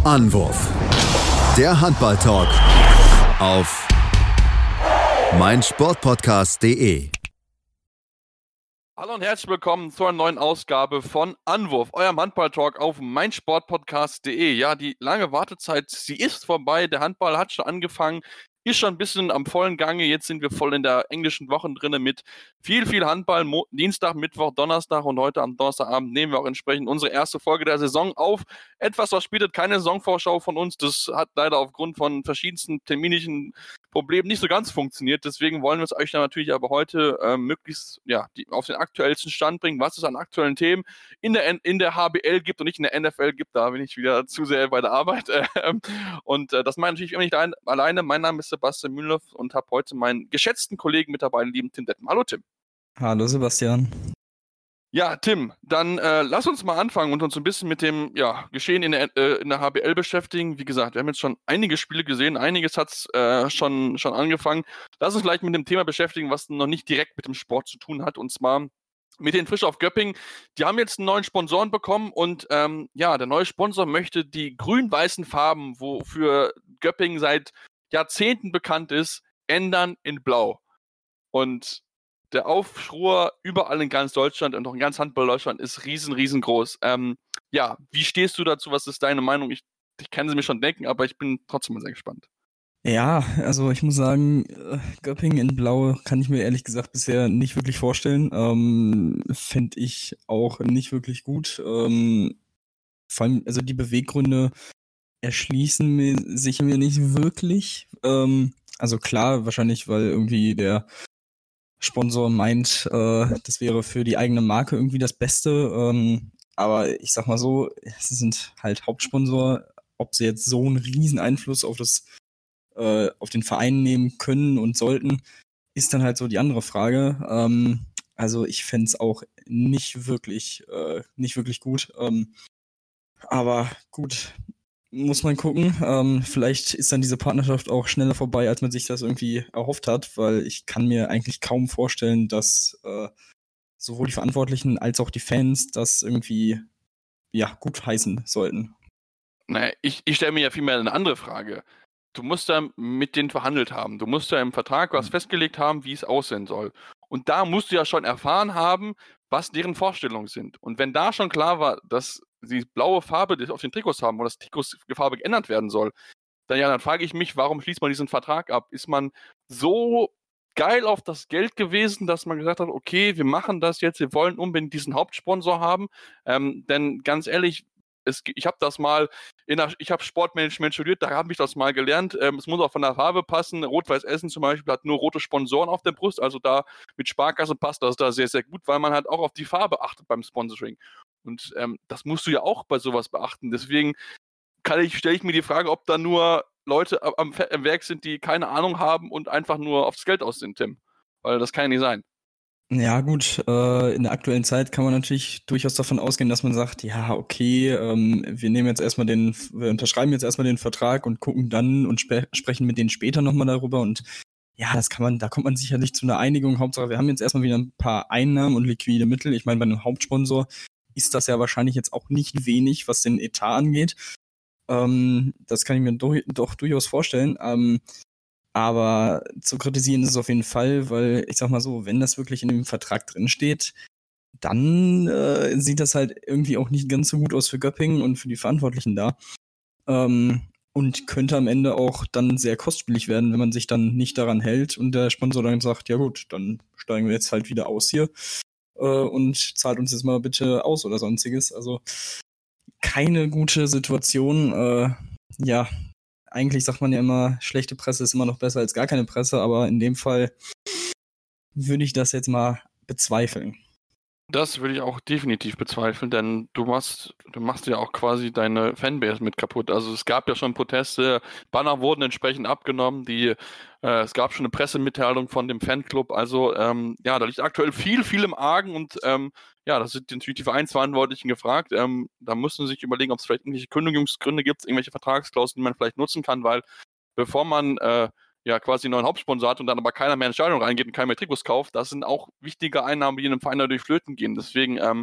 Anwurf. Der Handball-Talk auf meinsportpodcast.de. Hallo und herzlich willkommen zu einer neuen Ausgabe von Anwurf, eurem Handball-Talk auf meinsportpodcast.de. Ja, die lange Wartezeit, sie ist vorbei. Der Handball hat schon angefangen, ist schon ein bisschen am vollen Gange. Jetzt sind wir voll in der englischen Woche drin mit viel Handball. Dienstag, Mittwoch, Donnerstag und heute am Donnerstagabend nehmen wir auch entsprechend unsere erste Folge der Saison auf. Etwas verspätet, keine Saisonvorschau von uns. Das hat leider aufgrund von verschiedensten terminischen Problemen nicht so ganz funktioniert. Deswegen wollen wir es euch dann natürlich aber heute möglichst auf den aktuellsten Stand bringen, was es an aktuellen Themen in der HBL gibt und nicht in der NFL gibt. Da bin ich wieder zu sehr bei der Arbeit. Das meine ich natürlich immer nicht alleine. Mein Name ist Sebastian Mühlenhoff und habe heute meinen geschätzten Kollegen mit dabei, den lieben Tim Detmer. Hallo Tim. Hallo Sebastian. Ja, Tim, dann lass uns mal anfangen und uns ein bisschen mit dem Geschehen in der HBL beschäftigen. Wie gesagt, wir haben jetzt schon einige Spiele gesehen, einiges hat es schon angefangen. Lass uns gleich mit dem Thema beschäftigen, was noch nicht direkt mit dem Sport zu tun hat, und zwar mit den Frisch auf Göppingen. Die haben jetzt einen neuen Sponsoren bekommen und der neue Sponsor möchte die grün-weißen Farben, wofür Göppingen seit Jahrzehnten bekannt ist, ändern in Blau. Und der Aufruhr überall in ganz Deutschland und auch in ganz Handball-Deutschland ist riesengroß. Wie stehst du dazu? Was ist deine Meinung? Ich kann sie mir schon denken, aber ich bin trotzdem mal sehr gespannt. Ja, also ich muss sagen, Göppingen in Blau kann ich mir ehrlich gesagt bisher nicht wirklich vorstellen. Fände ich auch nicht wirklich gut. Vor allem, also die Beweggründe erschließen sich mir nicht wirklich. Also klar, wahrscheinlich, weil irgendwie der Sponsor meint, das wäre für die eigene Marke irgendwie das Beste. Aber ich sag mal so, sie sind halt Hauptsponsor. Ob sie jetzt so einen riesen Einfluss auf den Verein nehmen können und sollten, ist dann halt so die andere Frage. Also ich fände es auch nicht wirklich gut. Aber gut, muss man gucken. Vielleicht ist dann diese Partnerschaft auch schneller vorbei, als man sich das irgendwie erhofft hat, weil ich kann mir eigentlich kaum vorstellen, dass sowohl die Verantwortlichen als auch die Fans das irgendwie gut heißen sollten. Naja, ich stelle mir ja vielmehr eine andere Frage. Du musst ja mit denen verhandelt haben. Du musst ja im Vertrag was festgelegt haben, wie es aussehen soll. Und da musst du ja schon erfahren haben, was deren Vorstellungen sind. Und wenn da schon klar war, dass die blaue Farbe, die auf den Trikots haben, oder das Trikotsfarbe geändert werden soll, dann frage ich mich, warum schließt man diesen Vertrag ab? Ist man so geil auf das Geld gewesen, dass man gesagt hat, okay, wir machen das jetzt, wir wollen unbedingt diesen Hauptsponsor haben? Denn ganz ehrlich, ich habe das mal ich habe Sportmanagement studiert, da habe ich das mal gelernt. Es muss auch von der Farbe passen. Rot-Weiß Essen zum Beispiel hat nur rote Sponsoren auf der Brust, also da mit Sparkasse passt das da sehr gut, weil man halt auch auf die Farbe achtet beim Sponsoring. Und das musst du ja auch bei sowas beachten. Deswegen stelle ich mir die Frage, ob da nur Leute am Werk sind, die keine Ahnung haben und einfach nur aufs Geld aus sind, Tim. Weil das kann ja nicht sein. Ja gut, in der aktuellen Zeit kann man natürlich durchaus davon ausgehen, dass man sagt, ja okay, wir unterschreiben jetzt erstmal den Vertrag und gucken dann und sprechen mit denen später nochmal darüber, und ja, da kommt man sicherlich zu einer Einigung. Hauptsache, wir haben jetzt erstmal wieder ein paar Einnahmen und liquide Mittel. Ich meine, bei einem Hauptsponsor ist das ja wahrscheinlich jetzt auch nicht wenig, was den Etat angeht. Das kann ich mir doch durchaus vorstellen. Aber zu kritisieren ist es auf jeden Fall, weil ich sag mal so, wenn das wirklich in dem Vertrag drin steht, dann sieht das halt irgendwie auch nicht ganz so gut aus für Göppingen und für die Verantwortlichen da. Und könnte am Ende auch dann sehr kostspielig werden, wenn man sich dann nicht daran hält und der Sponsor dann sagt, ja gut, dann steigen wir jetzt halt wieder aus hier und zahlt uns jetzt mal bitte aus oder sonstiges. Also keine gute Situation. Eigentlich sagt man ja immer, schlechte Presse ist immer noch besser als gar keine Presse, aber in dem Fall würde ich das jetzt mal bezweifeln. Das würde ich auch definitiv bezweifeln, denn du machst ja auch quasi deine Fanbase mit kaputt. Also es gab ja schon Proteste, Banner wurden entsprechend abgenommen, es gab schon eine Pressemitteilung von dem Fanclub. Also da liegt aktuell viel im Argen und das sind natürlich die Vereinsverantwortlichen gefragt. Da müssen sie sich überlegen, ob es vielleicht irgendwelche Kündigungsgründe gibt, irgendwelche Vertragsklauseln, die man vielleicht nutzen kann, weil bevor man quasi einen neuen Hauptsponsor hat und dann aber keiner mehr in Stadion reingeht und keiner mehr Trikots kauft, das sind auch wichtige Einnahmen, die in einem Verein dadurch flöten gehen. Deswegen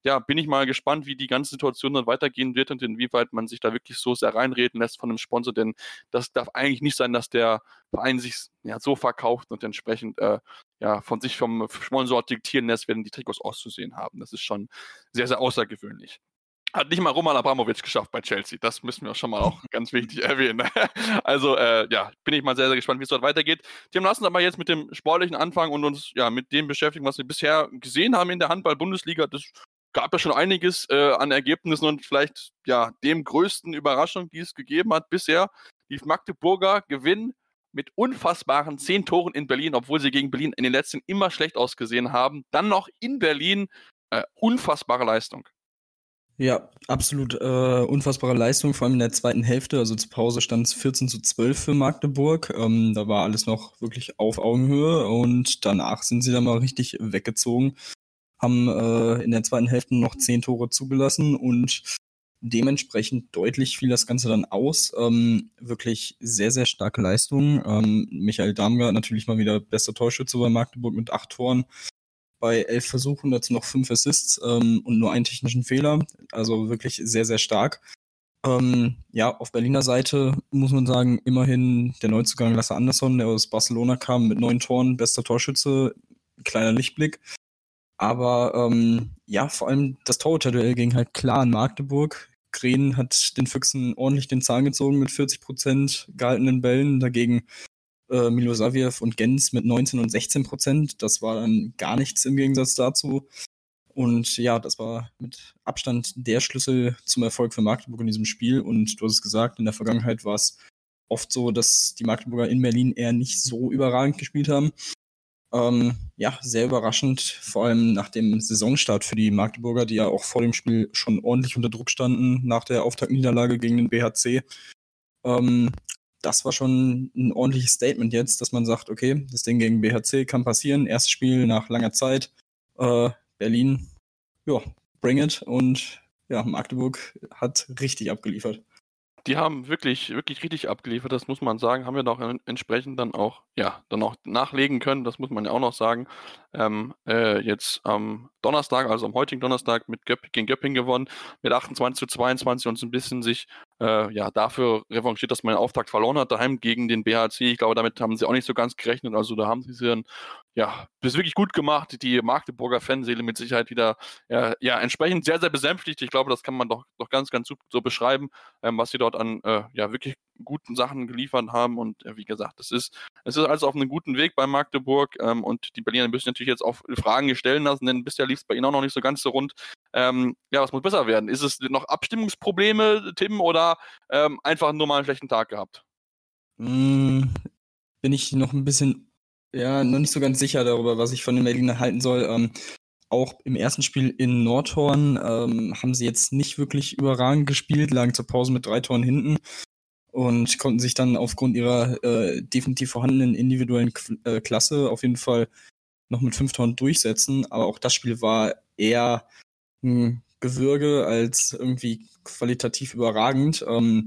ja, bin ich mal gespannt, wie die ganze Situation dann weitergehen wird und inwieweit man sich da wirklich so sehr reinreden lässt von einem Sponsor, denn das darf eigentlich nicht sein, dass der Verein sich so verkauft und entsprechend von sich vom Sponsor diktieren lässt, wenn die Trikots auszusehen haben. Das ist schon sehr, sehr außergewöhnlich. Hat nicht mal Roman Abramovic geschafft bei Chelsea. Das müssen wir schon mal auch ganz wichtig erwähnen. Also, bin ich mal sehr, sehr gespannt, wie es dort weitergeht. Tim, lassen uns aber jetzt mit dem Sportlichen anfangen und uns mit dem beschäftigen, was wir bisher gesehen haben in der Handball-Bundesliga. Das gab ja schon einiges an Ergebnissen und vielleicht dem größten Überraschung, die es gegeben hat bisher. Die Magdeburger gewinnen mit unfassbaren 10 Toren in Berlin, obwohl sie gegen Berlin in den letzten immer schlecht ausgesehen haben. Dann noch in Berlin unfassbare Leistung. Ja, absolut unfassbare Leistung, vor allem in der zweiten Hälfte. Also zur Pause stand es 14:12 für Magdeburg. Da war alles noch wirklich auf Augenhöhe und danach sind sie dann mal richtig weggezogen, haben in der zweiten Hälfte noch 10 Tore zugelassen und dementsprechend deutlich fiel das Ganze dann aus. Wirklich sehr, sehr starke Leistung. Michael Damgard natürlich mal wieder bester Torschütze bei Magdeburg mit 8 Toren. Bei 11 Versuchen dazu noch 5 Assists und nur einen technischen Fehler. Also wirklich sehr, sehr stark. Auf Berliner Seite muss man sagen, immerhin der Neuzugang Lasse Andersson, der aus Barcelona kam mit 9 Toren, bester Torschütze, kleiner Lichtblick. Aber vor allem das Torhüter-Duell ging halt klar an Magdeburg. Green hat den Füchsen ordentlich den Zahn gezogen mit 40% gehaltenen Bällen. Dagegen Milosavljev und Gens mit 19 und 16%. Das war dann gar nichts im Gegensatz dazu. Und ja, das war mit Abstand der Schlüssel zum Erfolg für Magdeburg in diesem Spiel. Und du hast es gesagt, in der Vergangenheit war es oft so, dass die Magdeburger in Berlin eher nicht so überragend gespielt haben. Sehr überraschend, vor allem nach dem Saisonstart für die Magdeburger, die ja auch vor dem Spiel schon ordentlich unter Druck standen, nach der Auftaktniederlage gegen den BHC. Das war schon ein ordentliches Statement jetzt, dass man sagt, okay, das Ding gegen BHC kann passieren, erstes Spiel nach langer Zeit, Berlin, bring it, und Magdeburg hat richtig abgeliefert. Die haben wirklich, wirklich richtig abgeliefert, das muss man sagen, haben wir doch entsprechend dann auch nachlegen können, das muss man ja auch noch sagen. Jetzt am Donnerstag, also am heutigen Donnerstag gegen Göppingen gewonnen, mit 28:22 und so ein bisschen sich dafür revanchiert, dass man den Auftakt verloren hat, daheim gegen den BHC. Ich glaube, damit haben sie auch nicht so ganz gerechnet, also da haben sie dann das ist wirklich gut gemacht, die Magdeburger Fanseele mit Sicherheit wieder entsprechend sehr, sehr besänftigt. Ich glaube, das kann man doch ganz, ganz so beschreiben, was sie dort an wirklich guten Sachen geliefert haben. Und wie gesagt, es ist also auf einem guten Weg bei Magdeburg und die Berliner müssen natürlich jetzt auch Fragen stellen lassen, denn bisher lief es bei ihnen auch noch nicht so ganz so rund. Was muss besser werden? Ist es noch Abstimmungsprobleme, Tim, oder einfach nur mal einen schlechten Tag gehabt? Bin ich noch ein bisschen noch nicht so ganz sicher darüber, was ich von den Berliner halten soll. Auch im ersten Spiel in Nordhorn haben sie jetzt nicht wirklich überragend gespielt, lagen zur Pause mit 3 Toren hinten und konnten sich dann aufgrund ihrer definitiv vorhandenen individuellen Klasse auf jeden Fall noch mit 5 Toren durchsetzen. Aber auch das Spiel war eher ein Gewürge als irgendwie qualitativ überragend.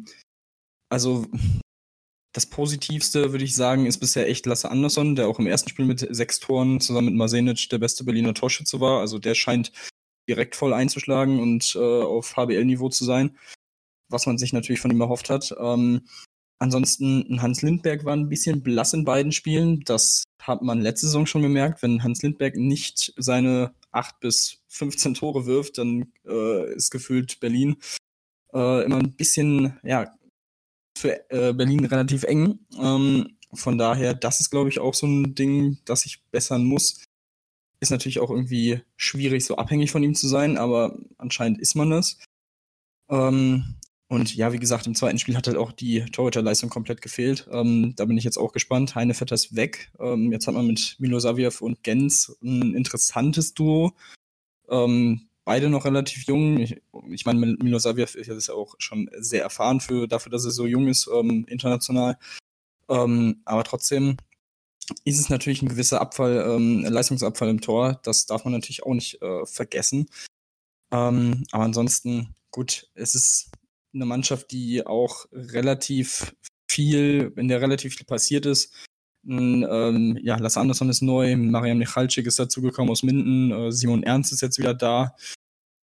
Also das Positivste, würde ich sagen, ist bisher echt Lasse Andersson, der auch im ersten Spiel mit 6 Toren zusammen mit Marsenic der beste Berliner Torschütze war. Also der scheint direkt voll einzuschlagen und auf HBL-Niveau zu sein, was man sich natürlich von ihm erhofft hat. Ansonsten, Hans Lindberg war ein bisschen blass in beiden Spielen. Das hat man letzte Saison schon gemerkt. Wenn Hans Lindberg nicht seine 8 bis 15 Tore wirft, dann ist gefühlt Berlin immer ein bisschen, für Berlin relativ eng. Von daher, das ist, glaube ich, auch so ein Ding, das sich bessern muss. Ist natürlich auch irgendwie schwierig, so abhängig von ihm zu sein, aber anscheinend ist man das. Und wie gesagt, im zweiten Spiel hat halt auch die Torhüterleistung komplett gefehlt. Da bin ich jetzt auch gespannt. Heinevetter ist weg. Jetzt hat man mit Milosavljev und Gens ein interessantes Duo. Beide noch relativ jung. Ich meine, Milosavljev ist ja auch schon sehr erfahren dafür, dass er so jung ist, international. Aber trotzdem ist es natürlich ein gewisser Leistungsabfall im Tor. Das darf man natürlich auch nicht vergessen. Aber ansonsten, gut, es ist eine Mannschaft, die auch in der relativ viel passiert ist. Lasse Andersson ist neu, Marian Michalczyk ist dazugekommen aus Minden, Simon Ernst ist jetzt wieder da.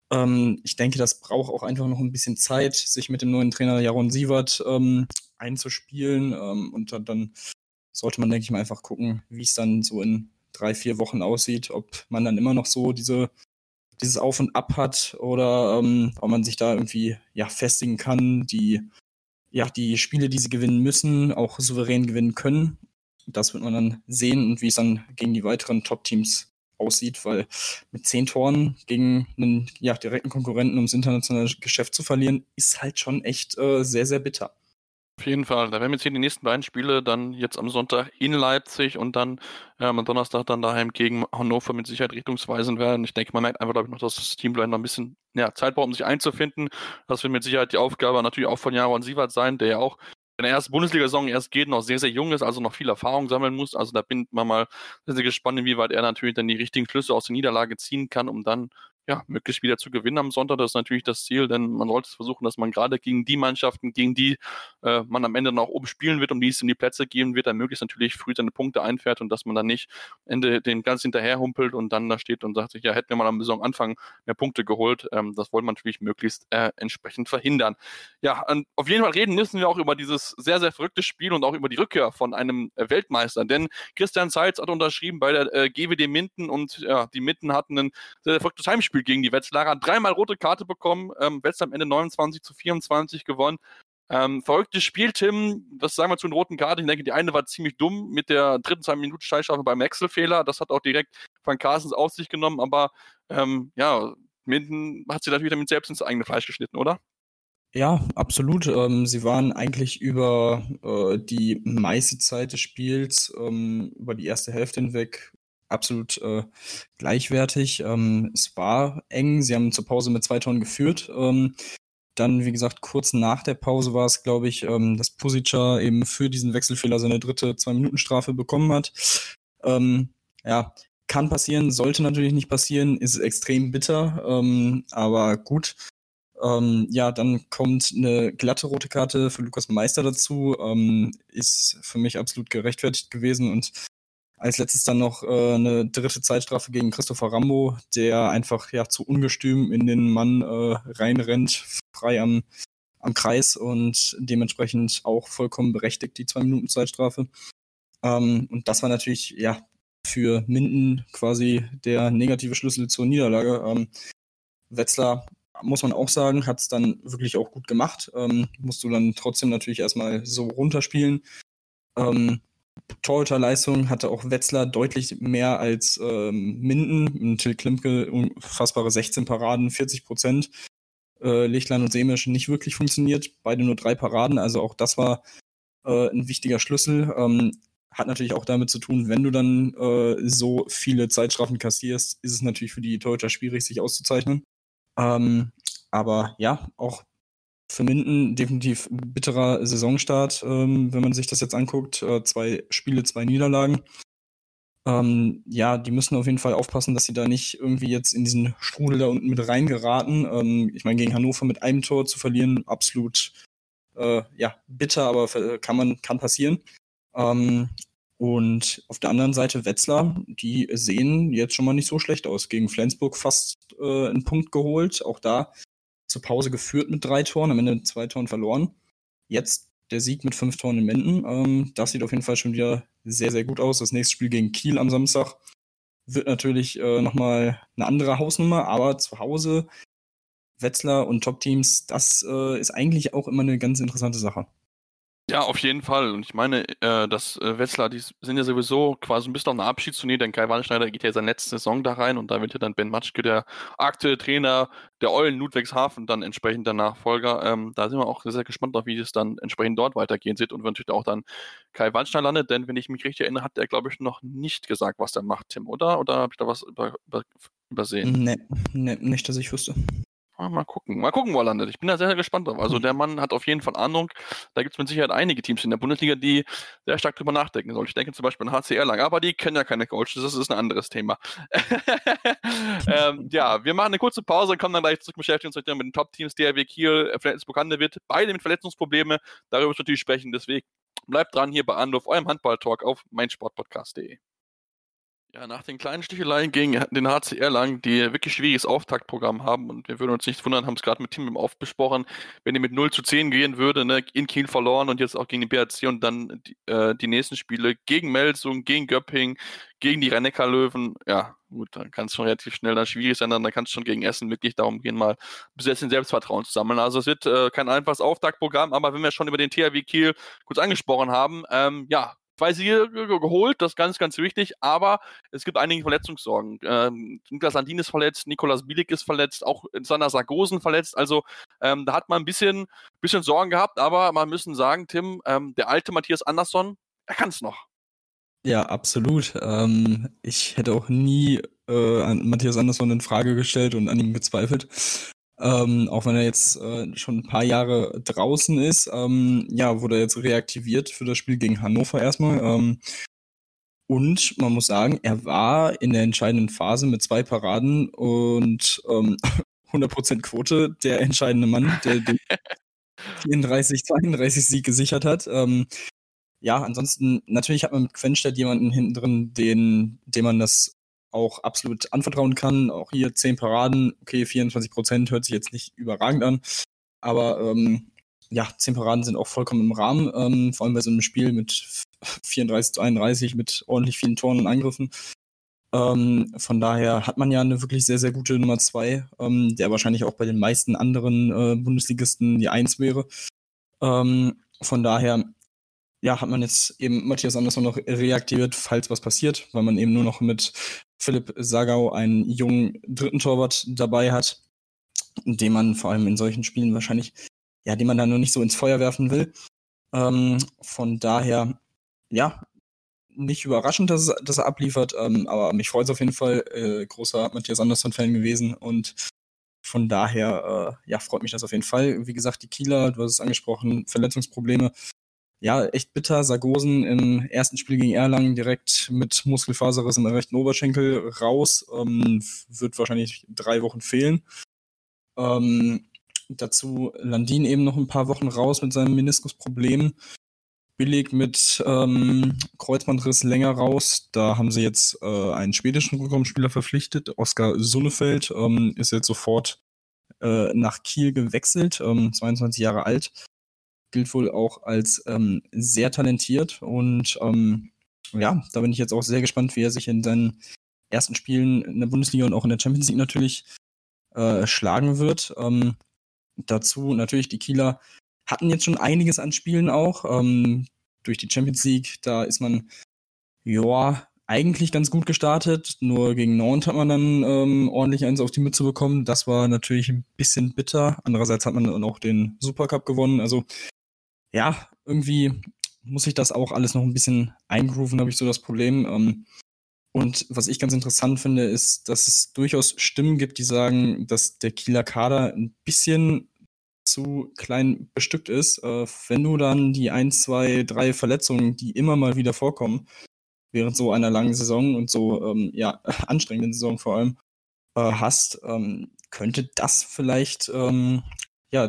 Ich denke, das braucht auch einfach noch ein bisschen Zeit, sich mit dem neuen Trainer Jaron Siewert einzuspielen. Und dann sollte man, denke ich mal, einfach gucken, wie es dann so in 3-4 Wochen aussieht, ob man dann immer noch so dieses Auf und Ab hat oder ob man sich da irgendwie festigen kann, die Spiele, die sie gewinnen müssen, auch souverän gewinnen können. Das wird man dann sehen und wie es dann gegen die weiteren Top-Teams aussieht, weil mit 10 Toren gegen einen direkten Konkurrenten ums internationale Geschäft zu verlieren, ist halt schon echt sehr, sehr bitter. Auf jeden Fall. Da werden jetzt hier die nächsten beiden Spiele dann jetzt am Sonntag in Leipzig und dann am Donnerstag dann daheim gegen Hannover mit Sicherheit richtungsweisend werden. Ich denke, man merkt einfach, glaube ich, noch, dass das Team vielleicht noch ein bisschen Zeit braucht, um sich einzufinden. Das wird mit Sicherheit die Aufgabe natürlich auch von Jaron Siewert sein, der ja auch in der ersten Bundesliga-Saison erst geht, noch sehr, sehr jung ist, also noch viel Erfahrung sammeln muss. Also da bin man mal sehr, sehr gespannt, inwieweit er natürlich dann die richtigen Schlüsse aus der Niederlage ziehen kann, um dann möglichst wieder zu gewinnen am Sonntag. Das ist natürlich das Ziel, denn man sollte es versuchen, dass man gerade gegen die Mannschaften, gegen die man am Ende noch oben spielen wird, um die es in die Plätze geben wird, dann möglichst natürlich früh seine Punkte einfährt und dass man dann nicht am Ende den ganz hinterher humpelt und dann da steht und sagt sich, hätten wir mal am Saisonanfang mehr Punkte geholt. Das wollen wir natürlich möglichst entsprechend verhindern. Ja, auf jeden Fall reden müssen wir auch über dieses sehr, sehr verrückte Spiel und auch über die Rückkehr von einem Weltmeister, denn Christian Seitz hat unterschrieben bei der GWD Minden und die Minden hatten ein sehr, sehr verrücktes Heimspiel gegen die Wetzlarer, 3-mal rote Karte bekommen, Wetzlar am Ende 29-24 gewonnen. Verrücktes Spiel, Tim. Was sagen wir zu den roten Karten? Ich denke, die eine war ziemlich dumm mit der dritten 2-Minuten-Scheißstrafe beim Wechselfehler. Das hat auch direkt Van Carstens auf sich genommen, aber Minden hat sich natürlich damit selbst ins eigene Fleisch geschnitten, oder? Ja, absolut. Sie waren eigentlich über die meiste Zeit des Spiels, über die erste Hälfte hinweg, absolut gleichwertig. Es war eng. Sie haben zur Pause mit 2 Toren geführt. Dann, wie gesagt, kurz nach der Pause war es, glaube ich, dass Pusica eben für diesen Wechselfehler seine dritte 2-Minuten-Strafe bekommen hat. Kann passieren, sollte natürlich nicht passieren, ist extrem bitter, aber gut. Dann kommt eine glatte rote Karte für Lukas Meister dazu, ist für mich absolut gerechtfertigt gewesen und als letztes dann noch eine dritte Zeitstrafe gegen Christopher Rambo, der einfach zu ungestüm in den Mann reinrennt, frei am Kreis und dementsprechend auch vollkommen berechtigt, die 2 Minuten Zeitstrafe. Und das war natürlich für Minden quasi der negative Schlüssel zur Niederlage. Wetzlar, muss man auch sagen, hat es dann wirklich auch gut gemacht. Musst du dann trotzdem natürlich erstmal so runterspielen. Torhüterleistung hatte auch Wetzlar deutlich mehr als Minden. Till Klimke unfassbare 16 Paraden, 40%. Lichtlein und Semisch nicht wirklich funktioniert. Beide nur 3 Paraden, also auch das war ein wichtiger Schlüssel. Hat natürlich auch damit zu tun, wenn du dann so viele Zeitstrafen kassierst, ist es natürlich für die Torhüter schwierig, sich auszuzeichnen. Aber auch für Minden definitiv bitterer Saisonstart, wenn man sich das jetzt anguckt. 2 Spiele, 2 Niederlagen. Die müssen auf jeden Fall aufpassen, dass sie da nicht irgendwie jetzt in diesen Strudel da unten mit reingeraten. Ich meine, gegen Hannover mit einem Tor zu verlieren, absolut bitter, aber kann passieren. Und auf der anderen Seite Wetzlar, die sehen jetzt schon mal nicht so schlecht aus. Gegen Flensburg fast einen Punkt geholt, auch da zur Pause geführt mit 3 Toren, am Ende 2 Toren verloren. Jetzt der Sieg mit 5 Toren in Minden. Das sieht auf jeden Fall schon wieder sehr, sehr gut aus. Das nächste Spiel gegen Kiel am Samstag wird natürlich nochmal eine andere Hausnummer, aber zu Hause Wetzlar und Top-Teams, das ist eigentlich auch immer eine ganz interessante Sache. Ja, auf jeden Fall. Und ich meine, dass Wetzlar, die sind ja sowieso quasi ein bisschen auf einer Abschiedstournee, denn Kai Wannschneider geht ja seine letzte Saison da rein und da wird ja dann Ben Matschke, der aktuelle Trainer der Eulen Ludwigshafen, dann entsprechend der Nachfolger. Da sind wir auch sehr, sehr gespannt drauf, wie es dann entsprechend dort weitergehen wird und natürlich auch dann Kai Wannschneider landet, denn wenn ich mich richtig erinnere, hat er, glaube ich, noch nicht gesagt, was er macht, Tim, oder? Oder habe ich da was übersehen? Nee, nicht, dass ich wüsste. Mal gucken, wo er landet. Ich bin da sehr, sehr gespannt drauf. Also der Mann hat auf jeden Fall Ahnung. Da gibt es mit Sicherheit einige Teams in der Bundesliga, die sehr stark drüber nachdenken sollen. Ich denke zum Beispiel an HC Erlangen, aber die kennen ja keine Coaches, das ist ein anderes Thema. Wir machen eine kurze Pause und kommen dann gleich zurück, beschäftigen uns mit den Top-Teams, DRW Kiel, Flensburg-Handewitt, beide mit Verletzungsprobleme. Darüber müssen wir natürlich sprechen, deswegen bleibt dran hier bei Anruf, eurem Handball-Talk auf meinsportpodcast.de. Ja, nach den kleinen Sticheleien gegen den HC Erlangen, die wirklich schwieriges Auftaktprogramm haben, und wir würden uns nicht wundern, haben es gerade mit Tim im Off besprochen, wenn die mit 0-10 gehen würde, ne, in Kiel verloren und jetzt auch gegen die BRC und dann die nächsten Spiele gegen Melsung, gegen Göppingen, gegen die Rhein-Neckar-Löwen, ja, gut, dann kann es schon relativ schnell dann schwierig sein, dann kann es schon gegen Essen wirklich darum gehen, mal bis jetzt den Selbstvertrauen zu sammeln. Also es wird kein einfaches Auftaktprogramm, aber wenn wir schon über den THW Kiel kurz angesprochen haben, ja, 2 Siege geholt, das ist ganz, ganz wichtig, aber es gibt einige Verletzungssorgen. Niklas Landin ist verletzt, Nikolas Bielik ist verletzt, auch Sander Sargosen verletzt. Also da hat man ein bisschen Sorgen gehabt, aber man müssen sagen, Tim, der alte Matthias Andersson, er kann es noch. Ja, absolut. Ich hätte auch nie an Matthias Andersson in Frage gestellt und an ihm gezweifelt. Auch wenn er jetzt schon ein paar Jahre draußen ist, ja, wurde er jetzt reaktiviert für das Spiel gegen Hannover erstmal. Und man muss sagen, er war in der entscheidenden Phase mit 2 Paraden und 100% Quote der entscheidende Mann, der den 34-32 Sieg gesichert hat. Ja, ansonsten, natürlich hat man mit Quenstedt jemanden hinten drin, dem man das auch absolut anvertrauen kann. Auch hier 10 Paraden, okay, 24% hört sich jetzt nicht überragend an, aber ja, 10 Paraden sind auch vollkommen im Rahmen, vor allem bei so einem Spiel mit 34-31, mit ordentlich vielen Toren und Angriffen. Von daher hat man ja eine wirklich sehr, sehr gute Nummer 2, der wahrscheinlich auch bei den meisten anderen Bundesligisten die 1 wäre. Von daher, ja, hat man jetzt eben Matthias Andersson noch reaktiviert, falls was passiert, weil man eben nur noch mit Philipp Sagau einen jungen dritten Torwart dabei hat, den man vor allem in solchen Spielen wahrscheinlich, ja, den man dann nur nicht so ins Feuer werfen will. Von daher, ja, nicht überraschend, dass er abliefert, aber mich freut es auf jeden Fall. Großer Matthias Andersson-Fan gewesen und von daher, ja, freut mich das auf jeden Fall. Wie gesagt, die Kieler, du hast es angesprochen, Verletzungsprobleme. Ja, echt bitter. Sargosen im ersten Spiel gegen Erlangen direkt mit Muskelfaserriss im rechten Oberschenkel raus. Wird wahrscheinlich 3 Wochen fehlen. Dazu Landin eben noch ein paar Wochen raus mit seinem Meniskusproblem. Billig mit Kreuzbandriss länger raus. Da haben sie jetzt einen schwedischen Rückraumspieler verpflichtet. Oskar Sonnefeld ist jetzt sofort nach Kiel gewechselt, 22 Jahre alt. Gilt wohl auch als sehr talentiert und ja, da bin ich jetzt auch sehr gespannt, wie er sich in seinen ersten Spielen in der Bundesliga und auch in der Champions League natürlich schlagen wird. Dazu natürlich die Kieler hatten jetzt schon einiges an Spielen auch. Durch die Champions League, da ist man ja eigentlich ganz gut gestartet. Nur gegen Nantes hat man dann ordentlich eins auf die Mütze bekommen. Das war natürlich ein bisschen bitter. Andererseits hat man dann auch den Supercup gewonnen. Also ja, irgendwie muss ich das auch alles noch ein bisschen eingrooven, habe ich so das Problem. Und was ich ganz interessant finde, ist, dass es durchaus Stimmen gibt, die sagen, dass der Kieler Kader ein bisschen zu klein bestückt ist. Wenn du dann die 1, 2, 3 Verletzungen, die immer mal wieder vorkommen, während so einer langen Saison und so ja, anstrengenden Saison vor allem, hast, könnte das vielleicht ja,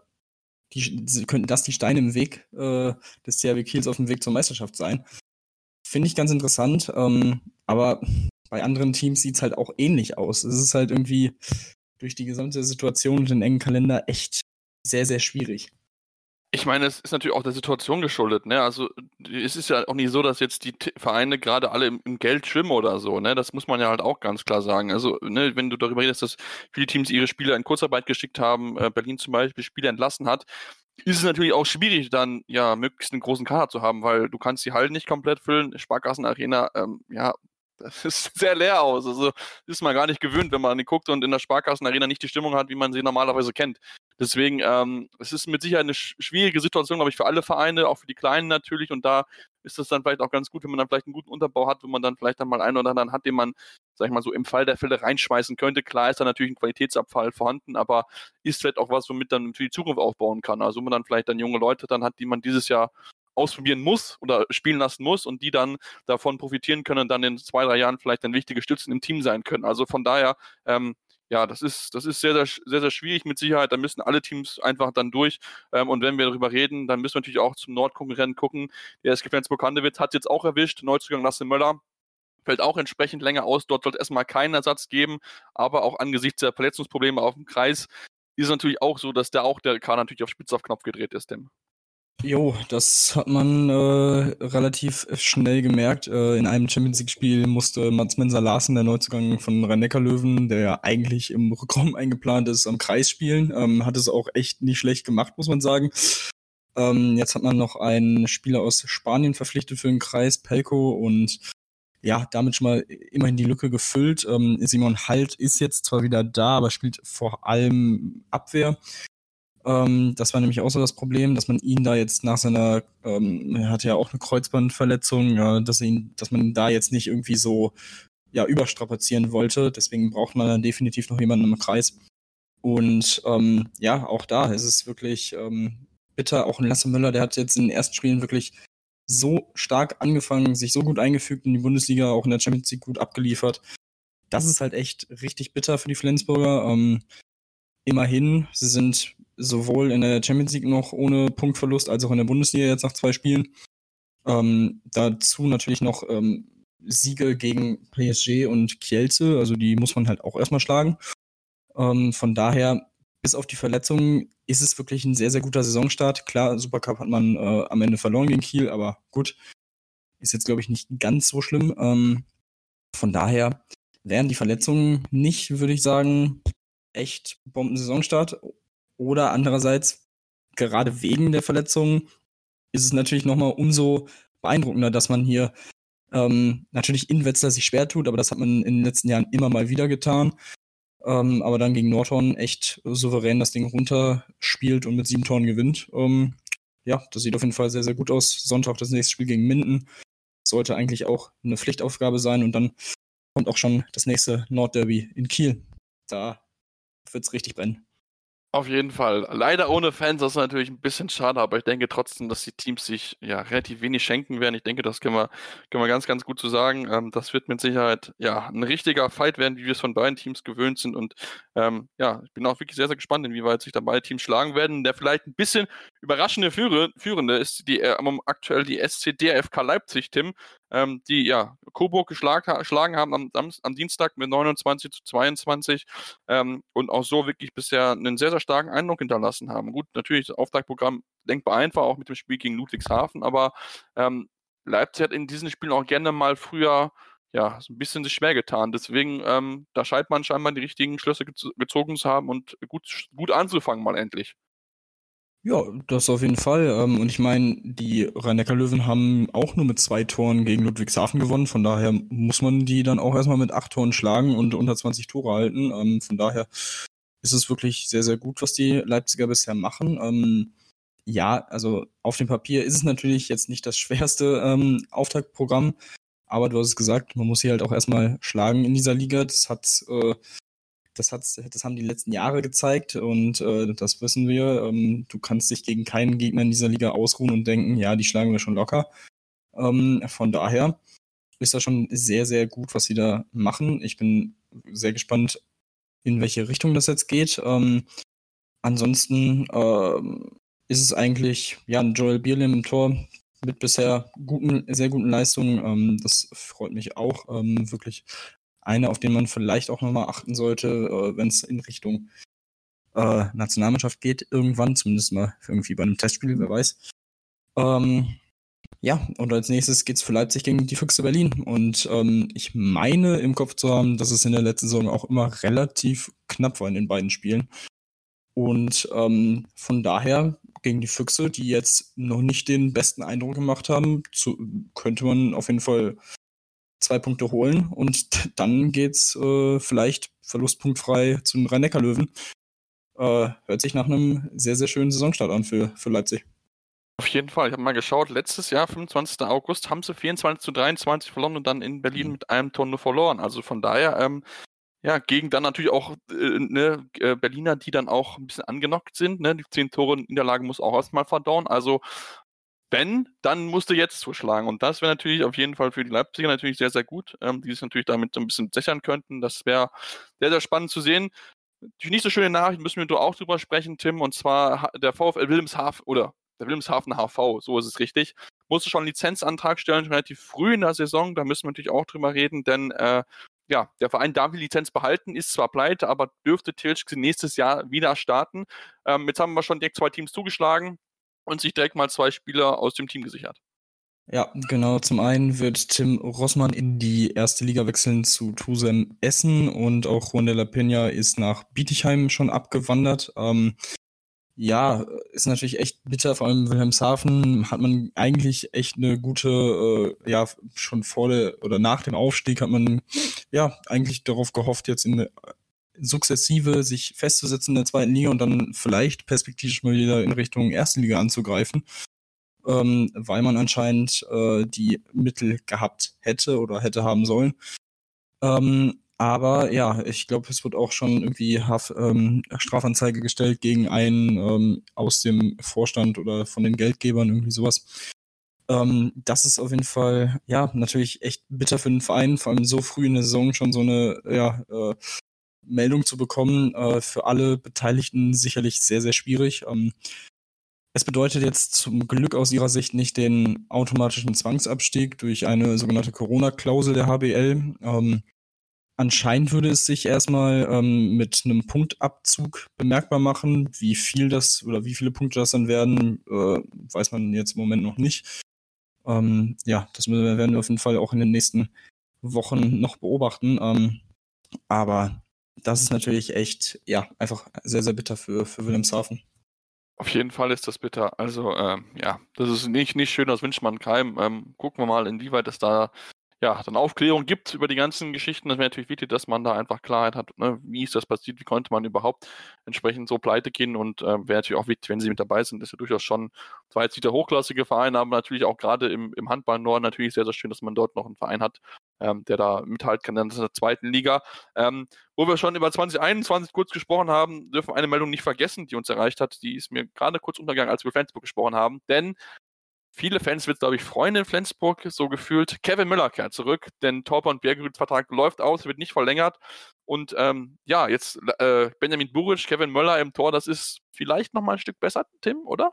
könnten das die Steine im Weg des THW Kiels auf dem Weg zur Meisterschaft sein. Finde ich ganz interessant, aber bei anderen Teams sieht es halt auch ähnlich aus. Es ist halt irgendwie durch die gesamte Situation und den engen Kalender echt sehr, sehr schwierig. Ich meine, es ist natürlich auch der Situation geschuldet, ne? Also es ist ja auch nicht so, dass jetzt die Vereine gerade alle im Geld schwimmen oder so, ne? Das muss man ja halt auch ganz klar sagen. Also, ne, wenn du darüber redest, dass viele Teams ihre Spieler in Kurzarbeit geschickt haben, Berlin zum Beispiel Spieler entlassen hat, ist es natürlich auch schwierig, dann ja möglichst einen großen Kader zu haben, weil du kannst die Hallen nicht komplett füllen. Sparkassenarena, ja, das ist sehr leer aus. Also ist man gar nicht gewöhnt, wenn man guckt und in der Sparkassenarena nicht die Stimmung hat, wie man sie normalerweise kennt. Deswegen, es ist mit Sicherheit eine schwierige Situation, glaube ich, für alle Vereine, auch für die Kleinen natürlich. Und da ist es dann vielleicht auch ganz gut, wenn man dann vielleicht einen guten Unterbau hat, wenn man dann vielleicht dann mal einen oder anderen hat, den man, sag ich mal so, im Fall der Fälle reinschmeißen könnte. Klar ist da natürlich ein Qualitätsabfall vorhanden, aber ist vielleicht auch was, womit dann für die Zukunft aufbauen kann. Also wo man dann vielleicht dann junge Leute dann hat, die man dieses Jahr ausprobieren muss oder spielen lassen muss und die dann davon profitieren können und dann in 2, 3 Jahren vielleicht dann wichtige Stützen im Team sein können. Also von daher, ja, das ist sehr, sehr, sehr, sehr schwierig mit Sicherheit. Da müssen alle Teams einfach dann durch. Und wenn wir darüber reden, dann müssen wir natürlich auch zum Nordkonkurrenten gucken. Der SG Flensburg-Handewitt hat es jetzt auch erwischt. Neuzugang Lasse Möller. fällt auch entsprechend länger aus. Dort soll es erstmal keinen Ersatz geben, aber auch angesichts der Verletzungsprobleme auf dem Kreis ist es natürlich auch so, dass der Kader natürlich auf Spitz auf Knopf gedreht ist, Tim. Jo, das hat man relativ schnell gemerkt. In einem Champions League-Spiel musste Mads Mensa Larsen, der Neuzugang von Rhein-Neckar-Löwen, der ja eigentlich im Rückraum eingeplant ist, am Kreis spielen. Hat es auch echt nicht schlecht gemacht, muss man sagen. Jetzt hat man noch einen Spieler aus Spanien verpflichtet für den Kreis, Pelko, und ja, damit schon mal immerhin die Lücke gefüllt. Simon Halt ist jetzt zwar wieder da, aber spielt vor allem Abwehr. Das war nämlich auch so das Problem, dass man ihn da jetzt nach seiner, er hatte ja auch eine Kreuzbandverletzung, dass man ihn da jetzt nicht irgendwie so überstrapazieren wollte. Deswegen braucht man dann definitiv noch jemanden im Kreis. Und auch da ist es wirklich bitter. Auch ein Lasse Möller, der hat jetzt in den ersten Spielen wirklich so stark angefangen, sich so gut eingefügt in die Bundesliga, auch in der Champions League gut abgeliefert. Das ist halt echt richtig bitter für die Flensburger. Immerhin, sie sind sowohl in der Champions League noch ohne Punktverlust, als auch in der Bundesliga jetzt nach 2 Spielen. Dazu natürlich noch Siege gegen PSG und Kielce, also die muss man halt auch erstmal schlagen. Von daher, bis auf die Verletzungen, ist es wirklich ein sehr, sehr guter Saisonstart. Klar, Supercup hat man am Ende verloren gegen Kiel, aber gut, ist jetzt, glaube ich, nicht ganz so schlimm. Von daher wären die Verletzungen nicht, würde ich sagen, echt Bombensaisonstart. Oder andererseits, gerade wegen der Verletzungen, ist es natürlich nochmal umso beeindruckender, dass man hier natürlich in Wetzlar sich schwer tut, aber das hat man in den letzten Jahren immer mal wieder getan. Aber dann gegen Nordhorn echt souverän das Ding runterspielt und mit 7 Toren gewinnt. Das sieht auf jeden Fall sehr, sehr gut aus. Sonntag das nächste Spiel gegen Minden. Sollte eigentlich auch eine Pflichtaufgabe sein, und dann kommt auch schon das nächste Nordderby in Kiel. Da wird's richtig brennen. Auf jeden Fall. Leider ohne Fans, das ist natürlich ein bisschen schade, aber ich denke trotzdem, dass die Teams sich relativ wenig schenken werden. Ich denke, das können wir ganz, ganz gut so sagen. Das wird mit Sicherheit ein richtiger Fight werden, wie wir es von beiden Teams gewöhnt sind. Und ich bin auch wirklich sehr, sehr gespannt, inwieweit sich da beide Teams schlagen werden. Der vielleicht ein bisschen überraschende Führende ist aktuell die SC DFK Leipzig, Tim, die Coburg geschlagen haben am Dienstag mit 29-22 und auch so wirklich bisher einen sehr, sehr starken Eindruck hinterlassen haben. Gut, natürlich das Auftaktprogramm denkbar einfach, auch mit dem Spiel gegen Ludwigshafen, aber Leipzig hat in diesen Spielen auch gerne mal früher so ein bisschen sich schwer getan. Deswegen, da scheint man scheinbar die richtigen Schlüsse gezogen zu haben und gut anzufangen mal endlich. Ja, das auf jeden Fall. Und ich meine, die Rhein-Neckar-Löwen haben auch nur mit 2 Toren gegen Ludwigshafen gewonnen. Von daher muss man die dann auch erstmal mit 8 Toren schlagen und unter 20 Tore halten. Von daher ist es wirklich sehr, sehr gut, was die Leipziger bisher machen. Also auf dem Papier ist es natürlich jetzt nicht das schwerste Auftaktprogramm, aber du hast es gesagt, man muss sie halt auch erstmal schlagen in dieser Liga. Das haben die letzten Jahre gezeigt, und das wissen wir. Du kannst dich gegen keinen Gegner in dieser Liga ausruhen und denken, ja, die schlagen wir schon locker. Von daher ist das schon sehr, sehr gut, was sie da machen. Ich bin sehr gespannt, in welche Richtung das jetzt geht. Ansonsten ist es eigentlich ein Joel Bierlehm im Tor mit bisher sehr guten Leistungen. Das freut mich auch. Wirklich eine, auf den man vielleicht auch nochmal achten sollte, wenn es in Richtung Nationalmannschaft geht, irgendwann, zumindest mal irgendwie bei einem Testspiel, wer weiß. Und als nächstes geht's für Leipzig gegen die Füchse Berlin. Und ich meine im Kopf zu haben, dass es in der letzten Saison auch immer relativ knapp war in den beiden Spielen. Und von daher gegen die Füchse, die jetzt noch nicht den besten Eindruck gemacht haben, könnte man auf jeden Fall 2 Punkte holen, und dann geht's vielleicht verlustpunktfrei zu den Rhein-Neckar-Löwen. Hört sich nach einem sehr, sehr schönen Saisonstart an für Leipzig. Auf jeden Fall. Ich habe mal geschaut, letztes Jahr, 25. August, haben sie 24-23 verloren und dann in Berlin mit einem Tor nur verloren. Also von daher, gegen dann natürlich auch Berliner, die dann auch ein bisschen angenockt sind. Ne? Die 10 Tore Niederlage muss auch erstmal verdauen. Also dann musst du jetzt zuschlagen. Und das wäre natürlich auf jeden Fall für die Leipziger natürlich sehr, sehr gut, die sich natürlich damit so ein bisschen sichern könnten. Das wäre sehr, sehr spannend zu sehen. Die nicht so schöne Nachricht müssen wir auch drüber sprechen, Tim, und zwar der VfL Wilhelmshaven, oder der Wilhelmshaven HV, so ist es richtig. musste schon einen Lizenzantrag stellen, relativ früh in der Saison. Da müssen wir natürlich auch drüber reden, denn ja, der Verein darf die Lizenz behalten, ist zwar pleite, aber dürfte theoretisch nächstes Jahr wieder starten. Jetzt haben wir schon direkt 2 Teams zugeschlagen und sich direkt mal 2 Spieler aus dem Team gesichert. Ja, genau. Zum einen wird Tim Rossmann in die erste Liga wechseln zu Tusem Essen und auch Juan de la Peña ist nach Bietigheim schon abgewandert. Ja, ist natürlich echt bitter, vor allem in Wilhelmshaven hat man eigentlich echt eine gute, ja, schon vor oder nach dem Aufstieg hat man ja eigentlich darauf gehofft, jetzt in eine sukzessive sich festzusetzen in der zweiten Liga und dann vielleicht perspektivisch mal wieder in Richtung erste Liga anzugreifen, weil man anscheinend die Mittel gehabt hätte oder hätte haben sollen. Aber ja, ich glaube, es wird auch schon irgendwie Strafanzeige gestellt gegen einen aus dem Vorstand oder von den Geldgebern, irgendwie sowas. Das ist auf jeden Fall, ja, natürlich echt bitter für den Verein, vor allem so früh in der Saison schon so eine, ja, Meldung zu bekommen, für alle Beteiligten sicherlich sehr, sehr schwierig. Es bedeutet jetzt zum Glück aus ihrer Sicht nicht den automatischen Zwangsabstieg durch eine sogenannte Corona-Klausel der HBL. Anscheinend würde es sich erstmal mit einem Punktabzug bemerkbar machen. Wie viel das oder wie viele Punkte das dann werden, weiß man jetzt im Moment noch nicht. Ja, das werden wir auf jeden Fall auch in den nächsten Wochen noch beobachten. Aber das ist natürlich echt, ja, einfach sehr, sehr bitter für Wilhelmshaven. Auf jeden Fall ist das bitter. Also, ja, das ist nicht schön, das wünscht man keinem. Gucken wir mal, inwieweit es da ja, dann Aufklärung gibt über die ganzen Geschichten. Das wäre natürlich wichtig, dass man da einfach Klarheit hat, ne? Wie ist das passiert, wie konnte man überhaupt entsprechend so pleite gehen und wäre natürlich auch wichtig, wenn sie mit dabei sind. Das ist ja durchaus schon, zwar jetzt nicht der hochklassige Verein, aber natürlich auch gerade im Handball Norden natürlich sehr, sehr schön, dass man dort noch einen Verein hat, der da mithalten kann in der zweiten Liga. Wo wir schon über 2021 kurz gesprochen haben, dürfen wir eine Meldung nicht vergessen, die uns erreicht hat. Die ist mir gerade kurz untergegangen, als wir über Flensburg gesprochen haben, denn viele Fans wird es, glaube ich, freuen in Flensburg, so gefühlt. Kevin Müller kehrt zurück, denn Torper und Bergerud-Vertrag läuft aus, wird nicht verlängert. Und ja, jetzt Benjamin Buric, Kevin Möller im Tor, das ist vielleicht nochmal ein Stück besser, Tim, oder?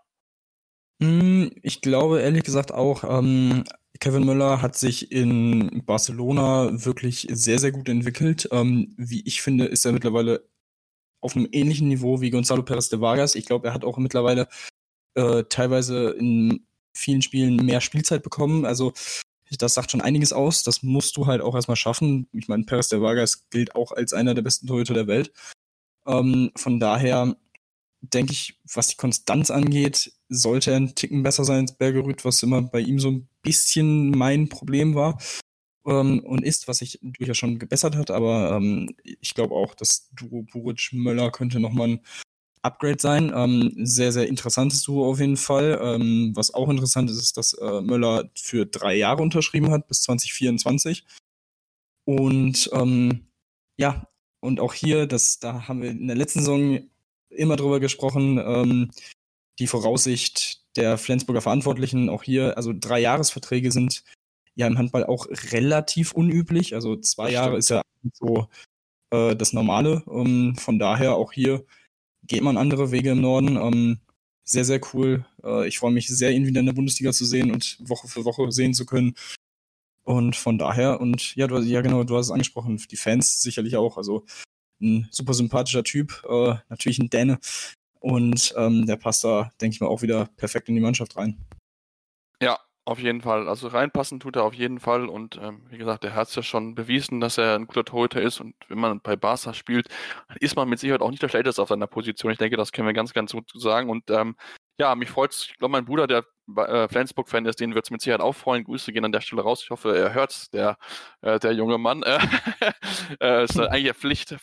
Ich glaube ehrlich gesagt auch, Kevin Möller hat sich in Barcelona wirklich sehr, sehr gut entwickelt. Wie ich finde, ist er mittlerweile auf einem ähnlichen Niveau wie Gonzalo Pérez de Vargas. Ich glaube, er hat auch mittlerweile teilweise in vielen Spielen mehr Spielzeit bekommen. Also das sagt schon einiges aus. Das musst du halt auch erstmal schaffen. Ich meine, Pérez de Vargas gilt auch als einer der besten Torhüter der Welt. Von daher denke ich, was die Konstanz angeht, sollte er einen Ticken besser sein als Bergerud, was immer bei ihm so ein bisschen mein Problem war und ist, was sich durchaus schon gebessert hat. Aber ich glaube auch, das Duo Buric-Möller könnte nochmal ein Upgrade sein. Sehr, sehr interessantes Duo auf jeden Fall. Was auch interessant ist, ist, dass Möller für 3 Jahre unterschrieben hat, bis 2024. Und ja, und auch hier, da haben wir in der letzten Saison immer drüber gesprochen, die Voraussicht der Flensburger Verantwortlichen, auch hier, also 3-Jahresverträge sind ja im Handball auch relativ unüblich. Also 2 Jahre ist ja so das Normale. Von daher auch hier geht man andere Wege im Norden. Sehr, sehr cool. Ich freue mich sehr, ihn wieder in der Bundesliga zu sehen und Woche für Woche sehen zu können. Und von daher, und ja, du hast es angesprochen, die Fans sicherlich auch. Also ein super sympathischer Typ, natürlich ein Däne. Und der passt da, denke ich mal, auch wieder perfekt in die Mannschaft rein. Ja, auf jeden Fall. Also reinpassen tut er auf jeden Fall. Und wie gesagt, er hat es ja schon bewiesen, dass er ein guter Torhüter ist. Und wenn man bei Barca spielt, ist man mit Sicherheit auch nicht der Schlechteste auf seiner Position. Ich denke, das können wir ganz, ganz gut sagen. Und ja, mich freut es. Ich glaube, mein Bruder, der Flensburg-Fan ist, den wird es mit Sicherheit auch freuen. Grüße gehen an der Stelle raus. Ich hoffe, er hört's, der junge Mann. Ist eigentlich eine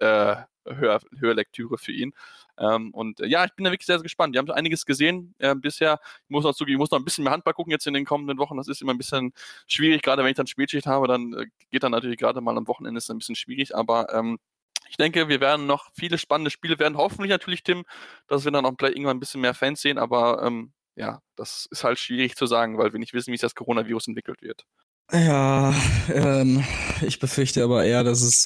Hörlektüre für ihn. Und ja, ich bin da wirklich sehr, sehr gespannt. Wir haben einiges gesehen bisher. Ich muss noch zugeben, ich muss noch ein bisschen mehr Handball gucken jetzt in den kommenden Wochen. Das ist immer ein bisschen schwierig, gerade wenn ich dann Spätschicht habe, dann geht dann natürlich gerade mal am Wochenende ist ein bisschen schwierig, aber ich denke, wir werden noch viele spannende Spiele werden. Hoffentlich natürlich, Tim, dass wir dann auch vielleicht irgendwann ein bisschen mehr Fans sehen, aber ja, das ist halt schwierig zu sagen, weil wir nicht wissen, wie sich das Coronavirus entwickelt wird. Ja, ich befürchte aber eher, dass es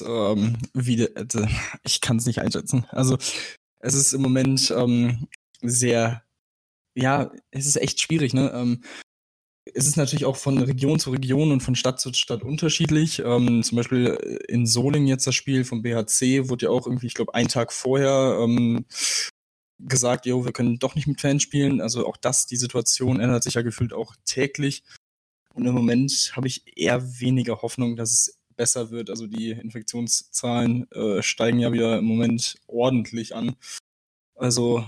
ich kann es nicht einschätzen. Also es ist im Moment sehr, ja, es ist echt schwierig, ne? es ist natürlich auch von Region zu Region und von Stadt zu Stadt unterschiedlich. Zum Beispiel in Solingen jetzt das Spiel vom BHC wurde ja auch irgendwie, ich glaube, einen Tag vorher gesagt, wir können doch nicht mit Fans spielen. Also auch die Situation ändert sich ja gefühlt auch täglich. Und im Moment habe ich eher weniger Hoffnung, dass es besser wird. Also die Infektionszahlen steigen ja wieder im Moment ordentlich an. Also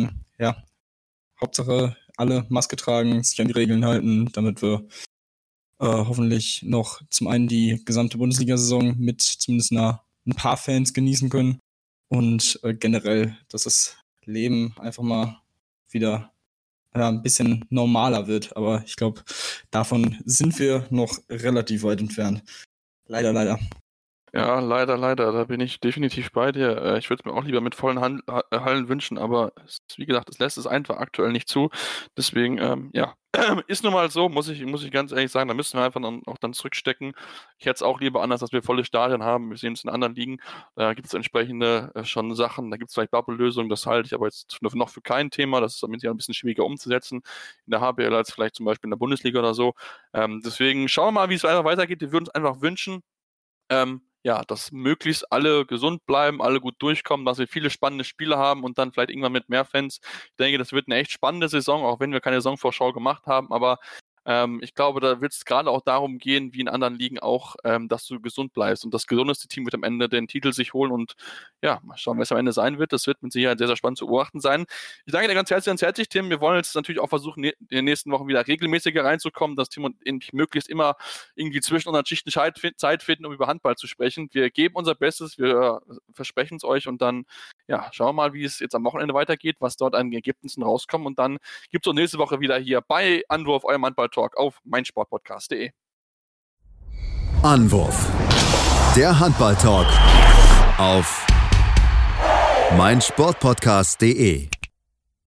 Hauptsache alle Maske tragen, sich an die Regeln halten, damit wir hoffentlich noch zum einen die gesamte Bundesliga-Saison mit zumindest ein paar Fans genießen können und generell, dass das Leben einfach mal wieder ein bisschen normaler wird. Aber ich glaube, davon sind wir noch relativ weit entfernt. Leider. Ja, leider. Da bin ich definitiv bei dir. Ich würde es mir auch lieber mit vollen Hallen wünschen, aber wie gesagt, es lässt es einfach aktuell nicht zu. Deswegen, ist nun mal so, muss ich ganz ehrlich sagen, da müssen wir einfach auch dann zurückstecken. Ich hätte es auch lieber anders, dass wir volle Stadien haben. Wir sehen es in anderen Ligen. Da gibt es entsprechende schon Sachen. Da gibt es vielleicht Bubble-Lösungen. Das halte ich aber jetzt noch für kein Thema. Das ist damit ja ein bisschen schwieriger umzusetzen in der HBL als vielleicht zum Beispiel in der Bundesliga oder so. Deswegen schauen wir mal, wie es weitergeht. Wir würden uns einfach wünschen, dass möglichst alle gesund bleiben, alle gut durchkommen, dass wir viele spannende Spiele haben und dann vielleicht irgendwann mit mehr Fans. Ich denke, das wird eine echt spannende Saison, auch wenn wir keine Saisonvorschau gemacht haben, aber ich glaube, da wird es gerade auch darum gehen, wie in anderen Ligen auch, dass du gesund bleibst. Und das gesundeste Team wird am Ende den Titel sich holen und mal schauen, wer es am Ende sein wird. Das wird mit Sicherheit sehr, sehr spannend zu beobachten sein. Ich danke dir ganz herzlich, Tim. Wir wollen jetzt natürlich auch versuchen, in den nächsten Wochen wieder regelmäßiger reinzukommen, dass Tim und ich möglichst immer irgendwie zwischen unseren Schichten Zeit finden, um über Handball zu sprechen. Wir geben unser Bestes, wir versprechen es euch und dann schauen wir mal, wie es jetzt am Wochenende weitergeht, was dort an Ergebnissen rauskommt und dann gibt es uns nächste Woche wieder hier bei Anwurf, eurem Handball-Talk auf meinsportpodcast.de. Anwurf. Der Handball-Talk auf meinsportpodcast.de.